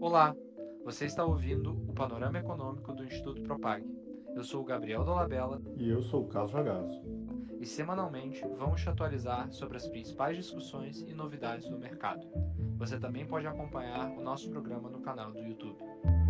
Olá, você está ouvindo o Panorama Econômico do Instituto Propag. Eu sou o Gabriel Dolabella E eu sou o Carlos Ragazzo. e semanalmente vamos te atualizar sobre as principais discussões e novidades do mercado. Você também pode acompanhar o nosso programa no canal do YouTube.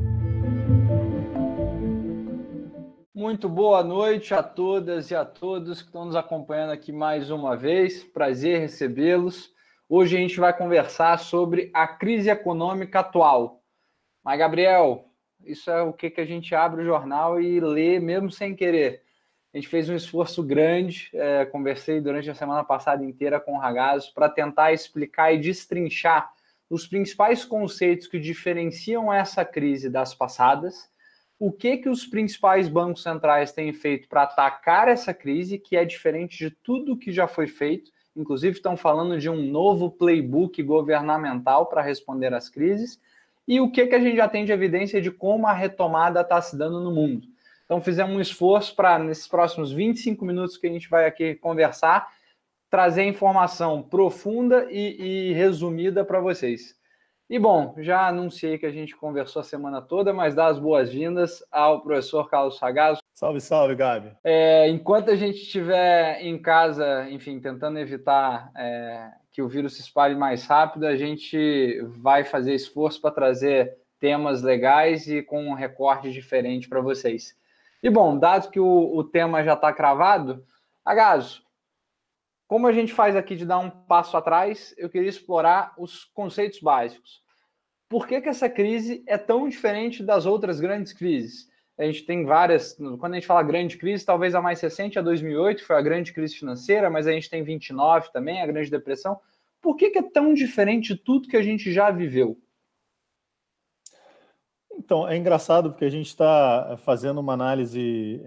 Muito boa noite a todas e a todos que estão nos acompanhando aqui mais uma vez. Prazer recebê-los. Hoje a gente vai conversar sobre a crise econômica atual. Mas, Gabriel, isso é o que a gente abre o jornal e lê mesmo sem querer. A gente fez um esforço grande, conversei durante a semana passada inteira com o Ragazzo para tentar explicar e destrinchar os principais conceitos que diferenciam essa crise das passadas, o que os principais bancos centrais têm feito para atacar essa crise, que é diferente de tudo que já foi feito. Inclusive, estão falando de um novo playbook governamental para responder às crises. E o que a gente já tem de evidência de como a retomada está se dando no mundo. Então, fizemos um esforço para, nesses próximos 25 minutos que a gente vai aqui conversar, trazer informação profunda e resumida para vocês. E, bom, já anunciei que a gente conversou a semana toda, mas dá as boas-vindas ao professor Carlos Ragazzo. Salve, salve, Gabi. Enquanto a gente estiver em casa, enfim, tentando evitar que o vírus se espalhe mais rápido, a gente vai fazer esforço para trazer temas legais e com um recorte diferente para vocês. E, bom, dado que o tema já está cravado, Ragazzo, como a gente faz aqui de dar um passo atrás, eu queria explorar os conceitos básicos. Por que essa crise é tão diferente das outras grandes crises? A gente tem várias, quando a gente fala grande crise, talvez a mais recente é 2008, foi a grande crise financeira, mas a gente tem 29 também, a Grande Depressão. Por que é tão diferente de tudo que a gente já viveu? Então, é engraçado porque a gente está fazendo uma análise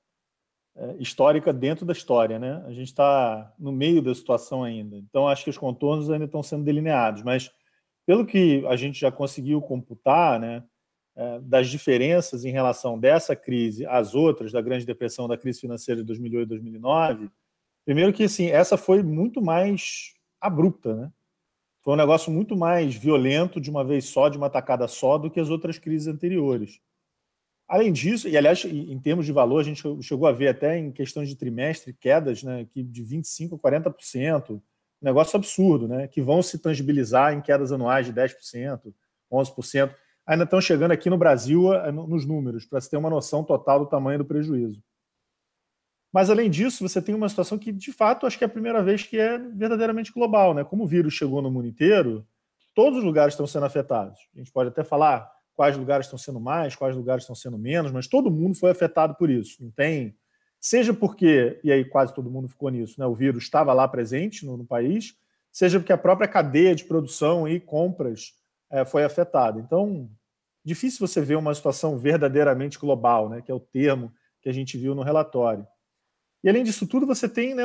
histórica dentro da história, né? A gente está no meio da situação ainda. Então, acho que os contornos ainda estão sendo delineados, mas pelo que a gente já conseguiu computar, né, das diferenças em relação dessa crise às outras, da Grande Depressão, da crise financeira de 2008 e 2009, primeiro que assim, essa foi muito mais abrupta, né? Foi um negócio muito mais violento de uma vez só, de uma tacada só, do que as outras crises anteriores. Além disso, e aliás, em termos de valor, a gente chegou a ver até em questões de trimestre quedas, né, que de 25% a 40%, um negócio absurdo, né, que vão se tangibilizar em quedas anuais de 10%, 11%. Ainda estão chegando aqui no Brasil nos números, para se ter uma noção total do tamanho do prejuízo. Mas, além disso, você tem uma situação que, de fato, acho que é a primeira vez que é verdadeiramente global, né? Como o vírus chegou no mundo inteiro, todos os lugares estão sendo afetados. A gente pode até falar quais lugares estão sendo mais, quais lugares estão sendo menos, mas todo mundo foi afetado por isso. Não tem... Seja porque, e aí quase todo mundo ficou nisso, né? O vírus estava lá presente no país, seja porque a própria cadeia de produção e compras foi afetada. Então, difícil você ver uma situação verdadeiramente global, né? Que é o termo que a gente viu no relatório. E além disso tudo, você tem, né,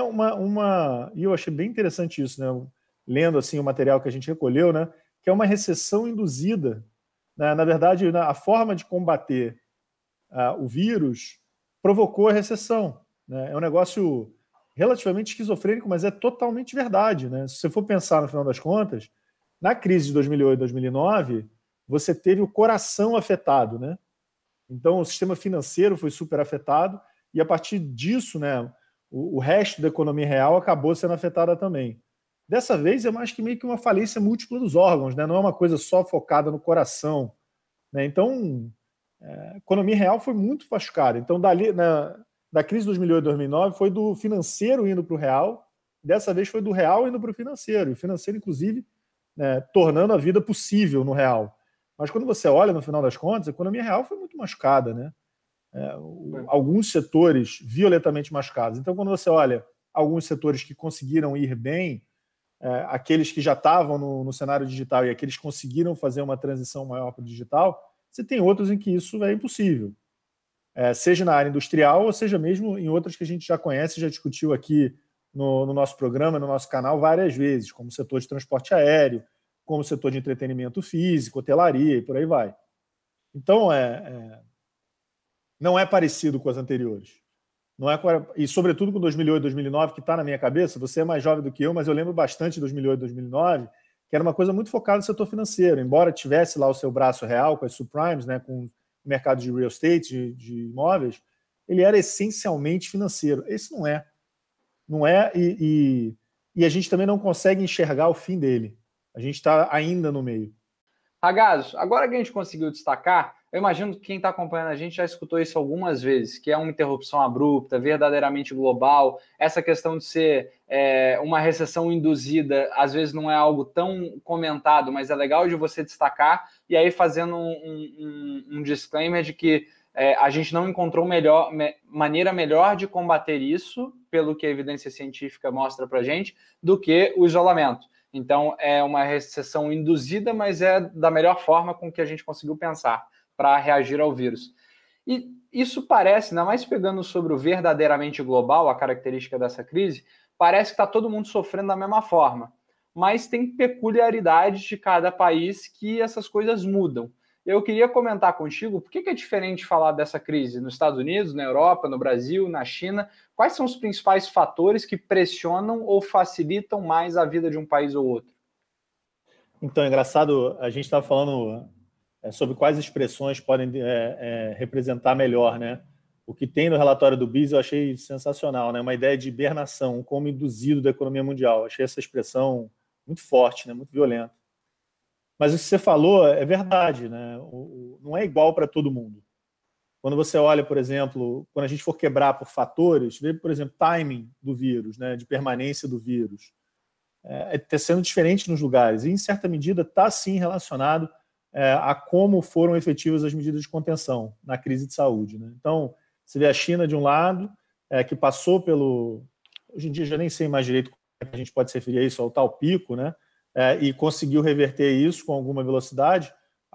e eu achei bem interessante isso, né, lendo assim o material que a gente recolheu, né, que é uma recessão induzida. Né, na verdade, a forma de combater o vírus provocou a recessão. Né, é um negócio relativamente esquizofrênico, mas é totalmente verdade. Né? Se você for pensar, no final das contas, na crise de 2008 e 2009, você teve o coração afetado. Né? Então, o sistema financeiro foi super afetado, e a partir disso, né, o resto da economia real acabou sendo afetada também. Dessa vez é mais que meio que uma falência múltipla dos órgãos, né? Não é uma coisa só focada no coração. Né? Então, a economia real foi muito machucada. Então, da crise de 2008 e 2009, foi do financeiro indo para o real, dessa vez foi do real indo para o financeiro, e o financeiro, inclusive, né, tornando a vida possível no real. Mas quando você olha, no final das contas, a economia real foi muito machucada, né? Alguns setores violentamente machucados. Então, quando você olha alguns setores que conseguiram ir bem, aqueles que já estavam no cenário digital e aqueles que conseguiram fazer uma transição maior para o digital, você tem outros em que isso é impossível. Seja na área industrial, ou seja mesmo em outras que a gente já conhece, já discutiu aqui no nosso programa, no nosso canal, várias vezes, como o setor de transporte aéreo, como o setor de entretenimento físico, hotelaria e por aí vai. Então, não é parecido com as anteriores. Não é, e, sobretudo, com 2008 e 2009, que está na minha cabeça. Você é mais jovem do que eu, mas eu lembro bastante de 2008 e 2009, que era uma coisa muito focada no setor financeiro, embora tivesse lá o seu braço real com as subprimes, né, com o mercado de real estate, de imóveis, ele era essencialmente financeiro. Esse não é. Não é, e a gente também não consegue enxergar o fim dele. A gente está ainda no meio. Ragazzo, agora que a gente conseguiu destacar, eu imagino que quem está acompanhando a gente já escutou isso algumas vezes, que é uma interrupção abrupta, verdadeiramente global. Essa questão de ser uma recessão induzida, às vezes não é algo tão comentado, mas é legal de você destacar, e aí fazendo um disclaimer de que a gente não encontrou maneira melhor de combater isso, pelo que a evidência científica mostra para a gente, do que o isolamento. Então, é uma recessão induzida, mas é da melhor forma com que a gente conseguiu pensar para reagir ao vírus. E isso parece, ainda mais pegando sobre o verdadeiramente global, a característica dessa crise, parece que está todo mundo sofrendo da mesma forma. Mas tem peculiaridades de cada país que essas coisas mudam. Eu queria comentar contigo por que é diferente falar dessa crise nos Estados Unidos, na Europa, no Brasil, na China. Quais são os principais fatores que pressionam ou facilitam mais a vida de um país ou outro? Então, é engraçado, a gente estava falando sobre quais expressões podem representar melhor, né? O que tem no relatório do BIS eu achei sensacional, né? Uma ideia de hibernação, um como induzido da economia mundial. Achei essa expressão muito forte, né? Muito violenta. Mas o que você falou é verdade, né? Não é igual para todo mundo. Quando você olha, por exemplo, quando a gente for quebrar por fatores, vê, por exemplo, timing do vírus, né? De permanência do vírus. Está sendo diferente nos lugares. E, em certa medida, está, sim, relacionado a como foram efetivas as medidas de contenção na crise de saúde, né? Então, você vê a China, de um lado, que passou pelo... Hoje em dia, já nem sei mais direito como é que a gente pode se referir a isso, ao tal pico, né? E conseguiu reverter isso com alguma velocidade,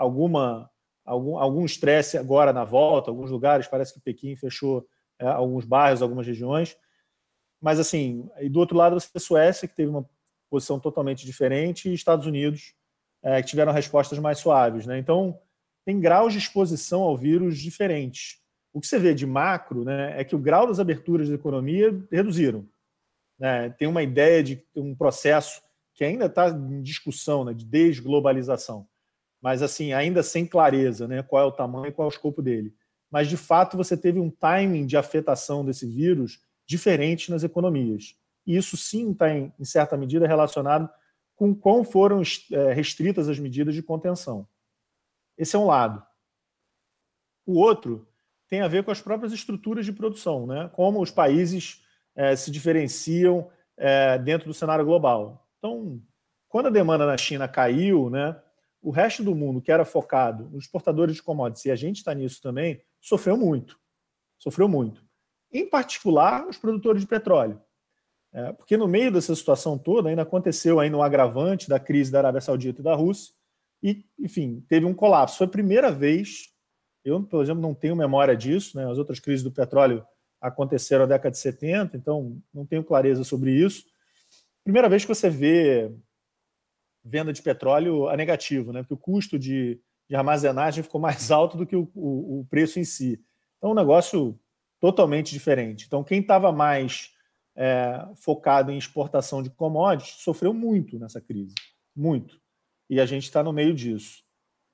algum estresse agora na volta, alguns lugares, parece que Pequim fechou alguns bairros, algumas regiões, mas assim, e do outro lado você tem a Suécia, que teve uma posição totalmente diferente, e Estados Unidos, que tiveram respostas mais suaves, né? Então, tem graus de exposição ao vírus diferentes. O que você vê de macro, né, é que o grau das aberturas da economia reduziram, né? Tem uma ideia de um processo que ainda está em discussão, né, de desglobalização, mas assim, ainda sem clareza, né, qual é o tamanho e qual é o escopo dele. Mas, de fato, você teve um timing de afetação desse vírus diferente nas economias. E isso, sim, está, em certa medida, relacionado com como foram restritas as medidas de contenção. Esse é um lado. O outro tem a ver com as próprias estruturas de produção, né? Como os países se diferenciam dentro do cenário global. Então, quando a demanda na China caiu, né, o resto do mundo, que era focado nos exportadores de commodities, e a gente está nisso também, sofreu muito. Sofreu muito. Em particular, os produtores de petróleo. Porque no meio dessa situação toda, ainda aconteceu um agravante da crise da Arábia Saudita e da Rússia, e, enfim, teve um colapso. Foi a primeira vez, eu, por exemplo, não tenho memória disso, né? As outras crises do petróleo aconteceram na década de 70, então não tenho clareza sobre isso. Primeira vez que você vê venda de petróleo a negativo, né? Porque o custo de armazenagem ficou mais alto do que o preço em si. Então, um negócio totalmente diferente. Então, quem estava mais focado em exportação de commodities sofreu muito nessa crise. Muito. E a gente está no meio disso.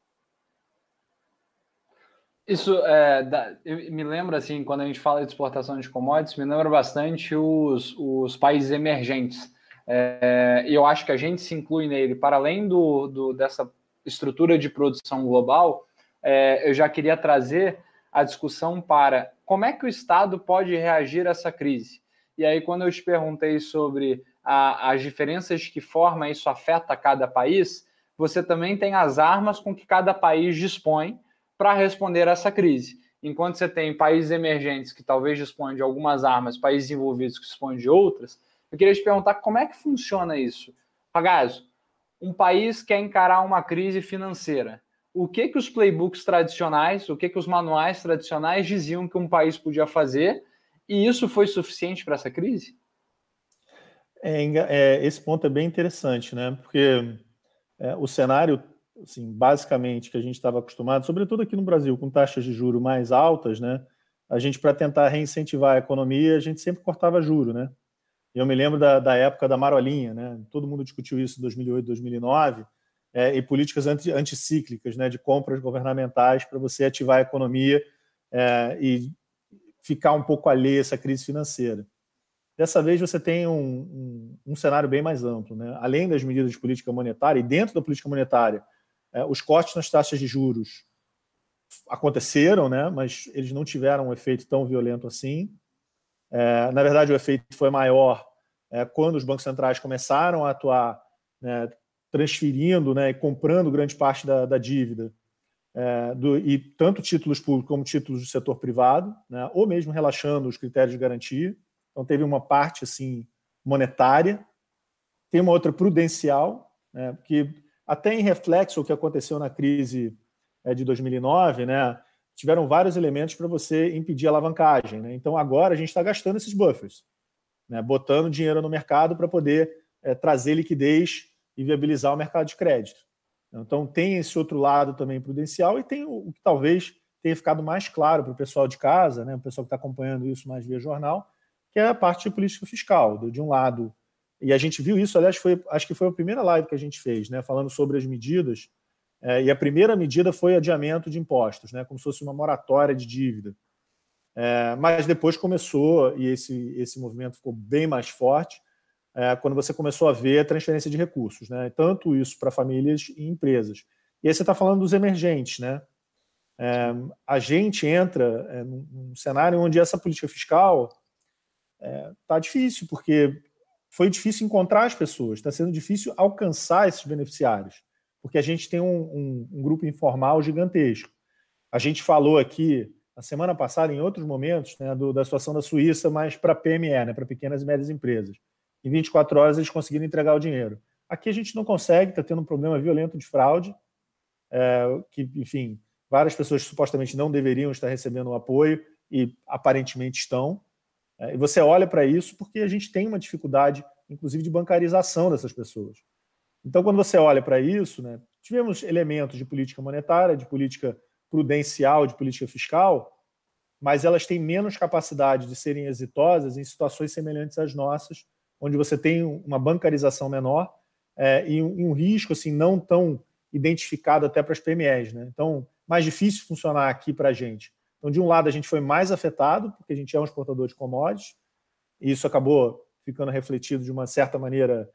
Isso me lembra, assim, quando a gente fala de exportação de commodities, me lembra bastante os países emergentes. E eu acho que a gente se inclui nele, para além dessa estrutura de produção global, eu já queria trazer a discussão para como é que o Estado pode reagir a essa crise. E aí, quando eu te perguntei sobre as diferenças de que forma isso afeta cada país, você também tem as armas com que cada país dispõe para responder a essa crise. Enquanto você tem países emergentes que talvez dispõem de algumas armas, países desenvolvidos que dispõem de outras, eu queria te perguntar como é que funciona isso. Ragazzo, um país quer encarar uma crise financeira. O que os playbooks tradicionais, o que os manuais tradicionais diziam que um país podia fazer, e isso foi suficiente para essa crise? Esse ponto é bem interessante, né? Porque o cenário, assim, basicamente, que a gente estava acostumado, sobretudo aqui no Brasil, com taxas de juros mais altas, né? A gente, para tentar reincentivar a economia, a gente sempre cortava juro, né? Eu me lembro da época da marolinha, né? Todo mundo discutiu isso em 2008, 2009, e políticas anticíclicas, né? De compras governamentais para você ativar a economia e ficar um pouco alheio a essa crise financeira. Dessa vez você tem um cenário bem mais amplo, né? Além das medidas de política monetária, e dentro da política monetária, os cortes nas taxas de juros aconteceram, né? Mas eles não tiveram um efeito tão violento assim. Na verdade, o efeito foi maior quando os bancos centrais começaram a atuar, né, transferindo, né, e comprando grande parte da dívida, e tanto títulos públicos como títulos do setor privado, né, ou mesmo relaxando os critérios de garantia. Então, teve uma parte assim, monetária, tem uma outra prudencial, né, que até em reflexo ao que aconteceu na crise de 2009, né, tiveram vários elementos para você impedir a alavancagem, né? Então, agora a gente está gastando esses buffers, né, botando dinheiro no mercado para poder trazer liquidez e viabilizar o mercado de crédito. Então, tem esse outro lado também prudencial e tem o que talvez tenha ficado mais claro para o pessoal de casa, né, o pessoal que está acompanhando isso mais via jornal, que é a parte de política fiscal. De um lado, e a gente viu isso, aliás, acho que foi a primeira live que a gente fez, né, falando sobre as medidas, e a primeira medida foi adiamento de impostos, né, como se fosse uma moratória de dívida. Mas depois começou, e esse movimento ficou bem mais forte, quando você começou a ver a transferência de recursos, né, tanto isso para famílias e empresas. E aí você está falando dos emergentes, né? A gente entra num cenário onde essa política fiscal está difícil, porque foi difícil encontrar as pessoas, está sendo difícil alcançar esses beneficiários, porque a gente tem um grupo informal gigantesco. A gente falou aqui, na semana passada, em outros momentos, né, da situação da Suíça, mas para PME, né, para pequenas e médias empresas. Em 24 horas eles conseguiram entregar o dinheiro. Aqui a gente não consegue, está tendo um problema violento de fraude, que, enfim, várias pessoas supostamente não deveriam estar recebendo o apoio e aparentemente estão. E você olha para isso porque a gente tem uma dificuldade, inclusive, de bancarização dessas pessoas. Então, quando você olha para isso, né, tivemos elementos de política monetária, de política prudencial, de política fiscal, mas elas têm menos capacidade de serem exitosas em situações semelhantes às nossas, onde você tem uma bancarização menor e um risco assim, não tão identificado até para as PMEs, né? Então, mais difícil funcionar aqui para a gente. Então, de um lado, a gente foi mais afetado, porque a gente é um exportador de commodities, e isso acabou ficando refletido de uma certa maneira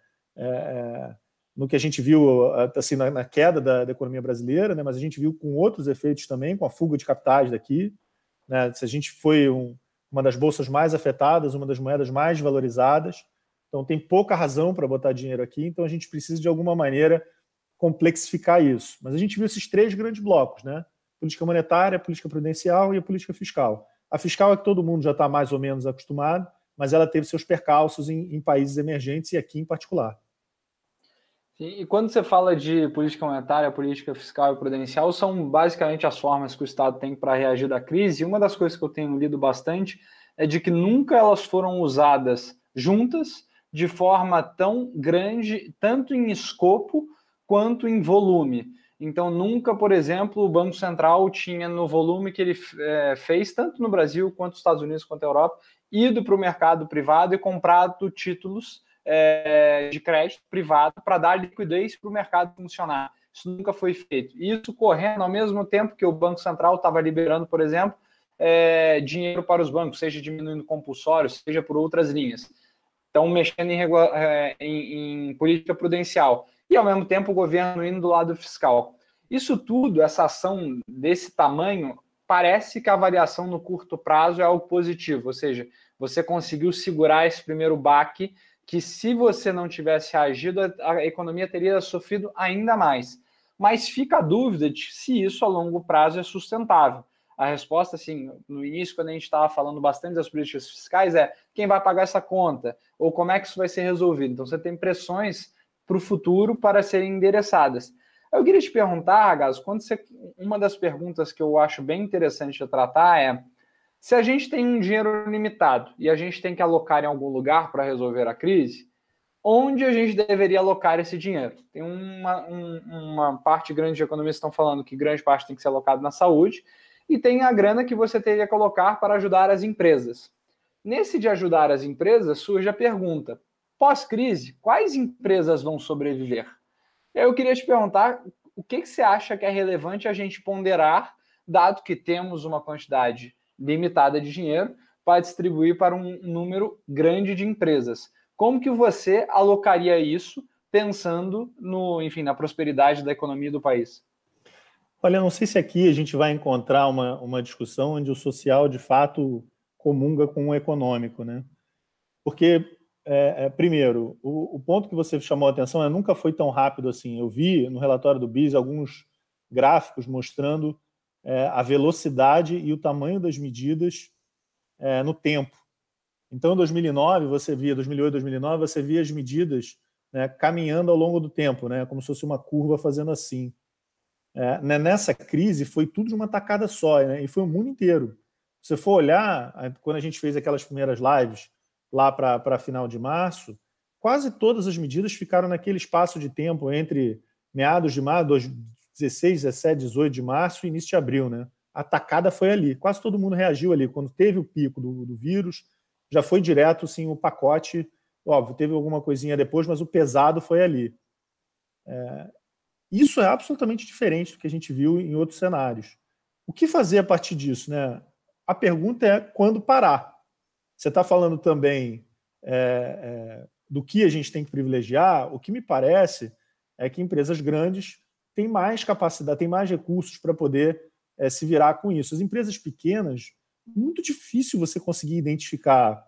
no que a gente viu assim, na queda da economia brasileira, né? Mas a gente viu com outros efeitos também, com a fuga de capitais daqui, né? Se a gente foi uma das bolsas mais afetadas, uma das moedas mais valorizadas, então tem pouca razão para botar dinheiro aqui, então a gente precisa de alguma maneira complexificar isso. Mas a gente viu esses três grandes blocos, né? Política monetária, política prudencial e a política fiscal. A fiscal é que todo mundo já está mais ou menos acostumado, mas ela teve seus percalços em países emergentes e aqui em particular. Sim, e quando você fala de política monetária, política fiscal e prudencial, são basicamente as formas que o Estado tem para reagir da crise. E uma das coisas que eu tenho lido bastante é de que nunca elas foram usadas juntas de forma tão grande, tanto em escopo quanto em volume. Então, nunca, por exemplo, o Banco Central tinha no volume que ele fez, tanto no Brasil quanto nos Estados Unidos quanto na Europa, ido para o mercado privado e comprado títulos de crédito privado para dar liquidez para o mercado funcionar. Isso nunca foi feito. Isso correndo ao mesmo tempo que o Banco Central estava liberando, por exemplo, dinheiro para os bancos, seja diminuindo compulsórios, seja por outras linhas. Então, mexendo em política prudencial. E, ao mesmo tempo, o governo indo do lado fiscal. Isso tudo, essa ação desse tamanho, parece que a avaliação no curto prazo é algo positivo, ou seja, você conseguiu segurar esse primeiro baque que, se você não tivesse agido, a economia teria sofrido ainda mais. Mas fica a dúvida de se isso a longo prazo é sustentável. A resposta, assim, no início, quando a gente estava falando bastante das políticas fiscais, é quem vai pagar essa conta? Ou como é que isso vai ser resolvido? Então, você tem pressões para o futuro para serem endereçadas. Eu queria te perguntar, Gaso, uma das perguntas que eu acho bem interessante de tratar é: se a gente tem um dinheiro limitado e a gente tem que alocar em algum lugar para resolver a crise, onde a gente deveria alocar esse dinheiro? Tem uma parte grande de economistas que estão falando que grande parte tem que ser alocado na saúde, e tem a grana que você teria que colocar para ajudar as empresas. Nesse de ajudar as empresas, surge a pergunta: pós-crise, quais empresas vão sobreviver? Eu queria te perguntar o que você acha que é relevante a gente ponderar, dado que temos uma quantidade limitada de dinheiro para distribuir para um número grande de empresas. Como que você alocaria isso pensando na prosperidade da economia do país? Olha, não sei se aqui a gente vai encontrar uma discussão onde o social, de fato, comunga com o econômico, né? Porque, primeiro, o ponto que você chamou a atenção nunca foi tão rápido assim. Eu vi no relatório do BIS alguns gráficos mostrando a velocidade e o tamanho das medidas no tempo. Então, em 2009, 2008, 2009, você via as medidas, né, caminhando ao longo do tempo, né, como se fosse uma curva fazendo assim. Nessa crise, foi tudo de uma tacada só, né, e foi o mundo inteiro. Se você for olhar, quando a gente fez aquelas primeiras lives, lá para final de março, quase todas as medidas ficaram naquele espaço de tempo entre meados de março, 16, 17, 18 de março e início de abril, né? A tacada foi ali. Quase todo mundo reagiu ali. Quando teve o pico do vírus, já foi direto, sim, o pacote. Óbvio, teve alguma coisinha depois, mas o pesado foi ali. Isso é absolutamente diferente do que a gente viu em outros cenários. O que fazer a partir disso, né? A pergunta é quando parar. Você está falando também do que a gente tem que privilegiar. O que me parece é que empresas grandes têm mais capacidade, têm mais recursos para poder se virar com isso. As empresas pequenas, muito difícil você conseguir identificar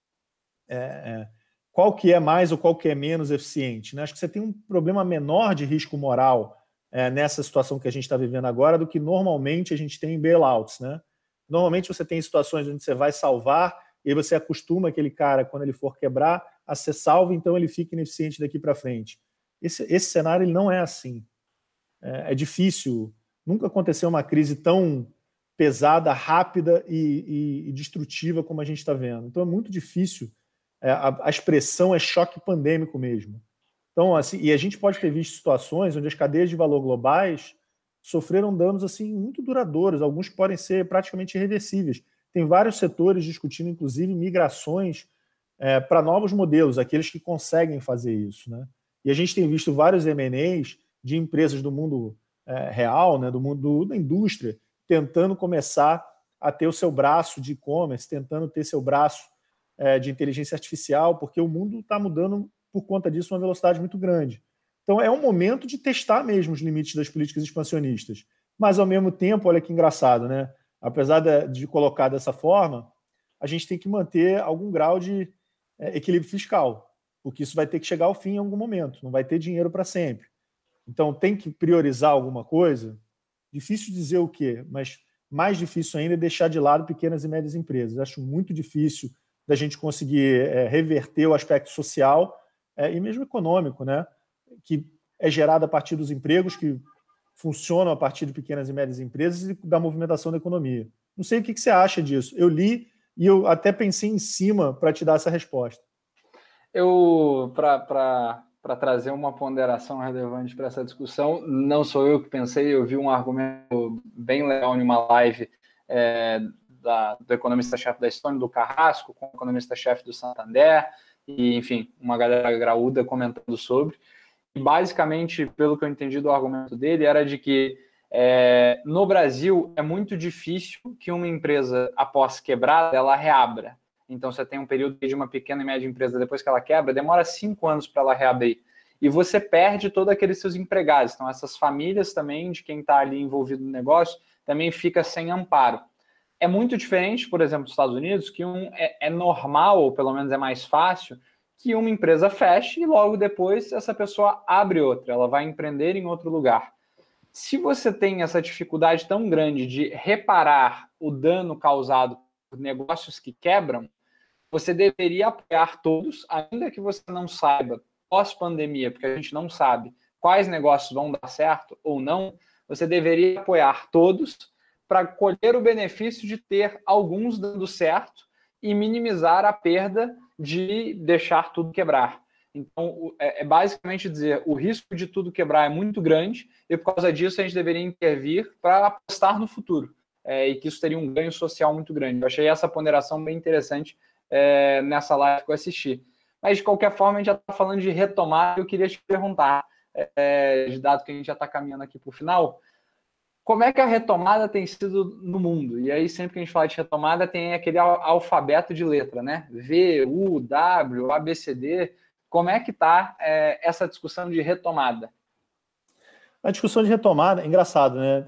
qual que é mais ou qual que é menos eficiente, né? Acho que você tem um problema menor de risco moral nessa situação que a gente está vivendo agora do que normalmente a gente tem em bailouts, né? Normalmente você tem situações onde você vai salvar e aí você acostuma aquele cara, quando ele for quebrar, a ser salvo, então ele fica ineficiente daqui para frente. Esse cenário ele não é assim. É difícil. Nunca aconteceu uma crise tão pesada, rápida e destrutiva como a gente está vendo. Então é muito difícil. A expressão é choque pandêmico mesmo. Então, assim, e a gente pode ter visto situações onde as cadeias de valor globais sofreram danos assim muito duradouros, alguns podem ser praticamente irreversíveis. Tem vários setores discutindo, inclusive, migrações para novos modelos, aqueles que conseguem fazer isso, né? E a gente tem visto vários M&As de empresas do mundo real, né, do mundo da indústria, tentando começar a ter o seu braço de e-commerce, tentando ter seu braço de inteligência artificial, porque o mundo está mudando por conta disso uma velocidade muito grande. Então é um momento de testar mesmo os limites das políticas expansionistas. Mas, ao mesmo tempo, olha que engraçado, né? Apesar de colocar dessa forma, a gente tem que manter algum grau de equilíbrio fiscal, porque isso vai ter que chegar ao fim em algum momento, não vai ter dinheiro para sempre. Então tem que priorizar alguma coisa? Difícil dizer o quê, mas mais difícil ainda é deixar de lado pequenas e médias empresas. Acho muito difícil da gente conseguir reverter o aspecto social e mesmo econômico, né? Que é gerado a partir dos empregos que funcionam a partir de pequenas e médias empresas e da movimentação da economia. Não sei o que você acha disso. Eu li e eu até pensei em cima para te dar essa resposta. Para trazer uma ponderação relevante para essa discussão, não sou eu que pensei, eu vi um argumento bem legal em uma live do economista-chefe da Estônia, do Carrasco, com o economista-chefe do Santander, e, enfim, uma galera graúda comentando sobre. E, basicamente, pelo que eu entendi do argumento dele, era de que no Brasil é muito difícil que uma empresa, após quebrar, ela reabra. Então, você tem um período de uma pequena e média empresa, depois que ela quebra, demora 5 anos para ela reabrir. E você perde todos aqueles seus empregados. Então, essas famílias também, de quem está ali envolvido no negócio, também fica sem amparo. É muito diferente, por exemplo, dos Estados Unidos, que é normal, ou pelo menos é mais fácil, que uma empresa feche e logo depois essa pessoa abre outra, ela vai empreender em outro lugar. Se você tem essa dificuldade tão grande de reparar o dano causado por negócios que quebram, você deveria apoiar todos, ainda que você não saiba, pós-pandemia, porque a gente não sabe quais negócios vão dar certo ou não, você deveria apoiar todos para colher o benefício de ter alguns dando certo e minimizar a perda de deixar tudo quebrar. Então, é basicamente dizer, o risco de tudo quebrar é muito grande e por causa disso a gente deveria intervir para apostar no futuro e que isso teria um ganho social muito grande. Eu achei essa ponderação bem interessante nessa live que eu assisti. Mas, de qualquer forma, a gente já está falando de retomada. Eu queria te perguntar, dado que a gente já está caminhando aqui para o final, como é que a retomada tem sido no mundo? E aí, sempre que a gente fala de retomada, tem aquele alfabeto de letra, né? V, U, W, A, B, C, D. Como é que está essa discussão de retomada? A discussão de retomada é engraçado, né?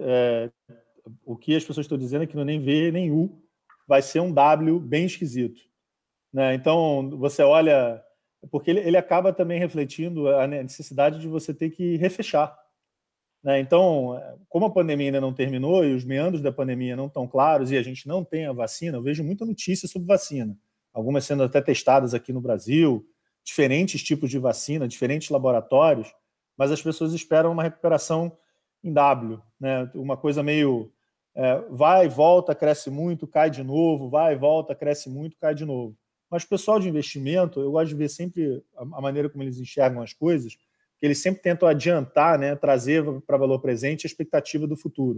O que as pessoas estão dizendo é que não é nem V nem U, vai ser um W bem esquisito, né? Então, você olha... Porque ele acaba também refletindo a necessidade de você ter que refechar, né? Então, como a pandemia ainda não terminou e os meandros da pandemia não estão claros e a gente não tem a vacina, eu vejo muita notícia sobre vacina, algumas sendo até testadas aqui no Brasil, diferentes tipos de vacina, diferentes laboratórios, mas as pessoas esperam uma recuperação em W, né? Uma coisa meio vai, volta, cresce muito, cai de novo, vai, volta, cresce muito, cai de novo. Mas o pessoal de investimento, eu gosto de ver sempre a maneira como eles enxergam as coisas, que eles sempre tentam adiantar, né, trazer para valor presente a expectativa do futuro.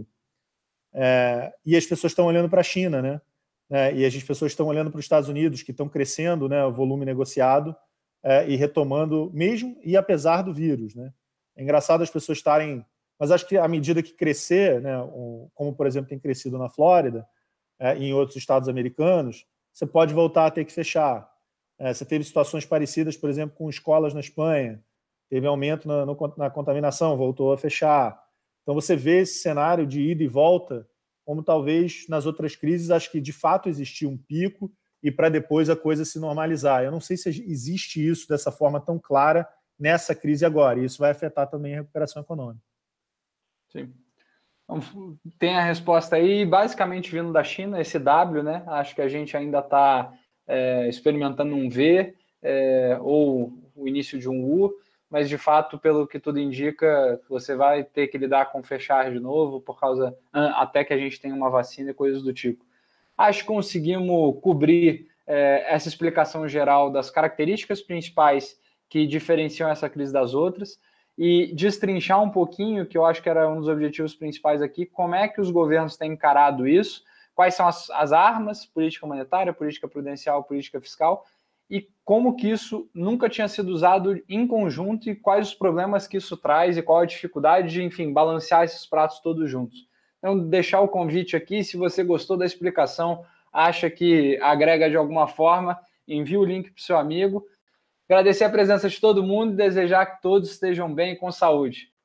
E as pessoas estão olhando para a China, né? E as pessoas estão olhando para os Estados Unidos, que estão crescendo, né, o volume negociado e retomando, mesmo e apesar do vírus, né? É engraçado as pessoas estarem... Mas acho que à medida que crescer, né, como, por exemplo, tem crescido na Flórida e em outros estados americanos, você pode voltar a ter que fechar. Você teve situações parecidas, por exemplo, com escolas na Espanha. Teve aumento na contaminação, voltou a fechar. Então, você vê esse cenário de ida e volta, como talvez nas outras crises, acho que de fato existia um pico e para depois a coisa se normalizar. Eu não sei se existe isso dessa forma tão clara nessa crise agora, e isso vai afetar também a recuperação econômica. Sim. Então, tem a resposta aí, basicamente vindo da China, esse W, né? Acho que a gente ainda está experimentando um V ou o início de um U, mas de fato, pelo que tudo indica, você vai ter que lidar com fechar de novo, por causa até que a gente tenha uma vacina e coisas do tipo. Acho que conseguimos cobrir essa explicação geral das características principais que diferenciam essa crise das outras, e destrinchar um pouquinho, que eu acho que era um dos objetivos principais aqui, como é que os governos têm encarado isso, quais são as armas, política monetária, política prudencial, política fiscal, e como que isso nunca tinha sido usado em conjunto e quais os problemas que isso traz e qual a dificuldade de, enfim, balancear esses pratos todos juntos. Então, deixar o convite aqui, se você gostou da explicação, acha que agrega de alguma forma, envie o link para o seu amigo. Agradecer a presença de todo mundo e desejar que todos estejam bem e com saúde.